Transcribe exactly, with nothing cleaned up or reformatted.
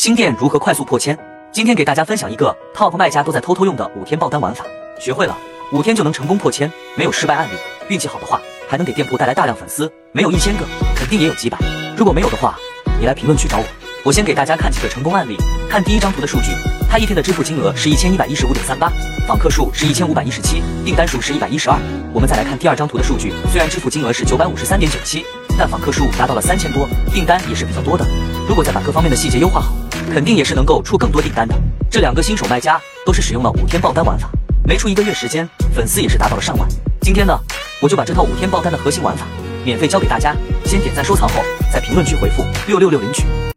新店如何快速破千？今天给大家分享一个 top 卖家都在偷偷用的五天爆单玩法，学会了五天就能成功破千，没有失败案例，运气好的话还能给店铺带来大量粉丝，没有一千个，肯定也有几百。如果没有的话，你来评论区找我。我先给大家看几个成功案例，看第一张图的数据，他一天的支付金额是一千一百一十五点三八，访客数是一千五百一十七，订单数是一百一十二。我们再来看第二张图的数据，虽然支付金额是九百五十三点九七，但访客数达到了三千多，订单也是比较多的。如果再把各方面的细节优化好，肯定也是能够出更多订单的。这两个新手卖家都是使用了五天爆单玩法，没出一个月时间，粉丝也是达到了上万。今天呢，我就把这套五天爆单的核心玩法免费教给大家，先点赞收藏后，在评论区回复六六六领取。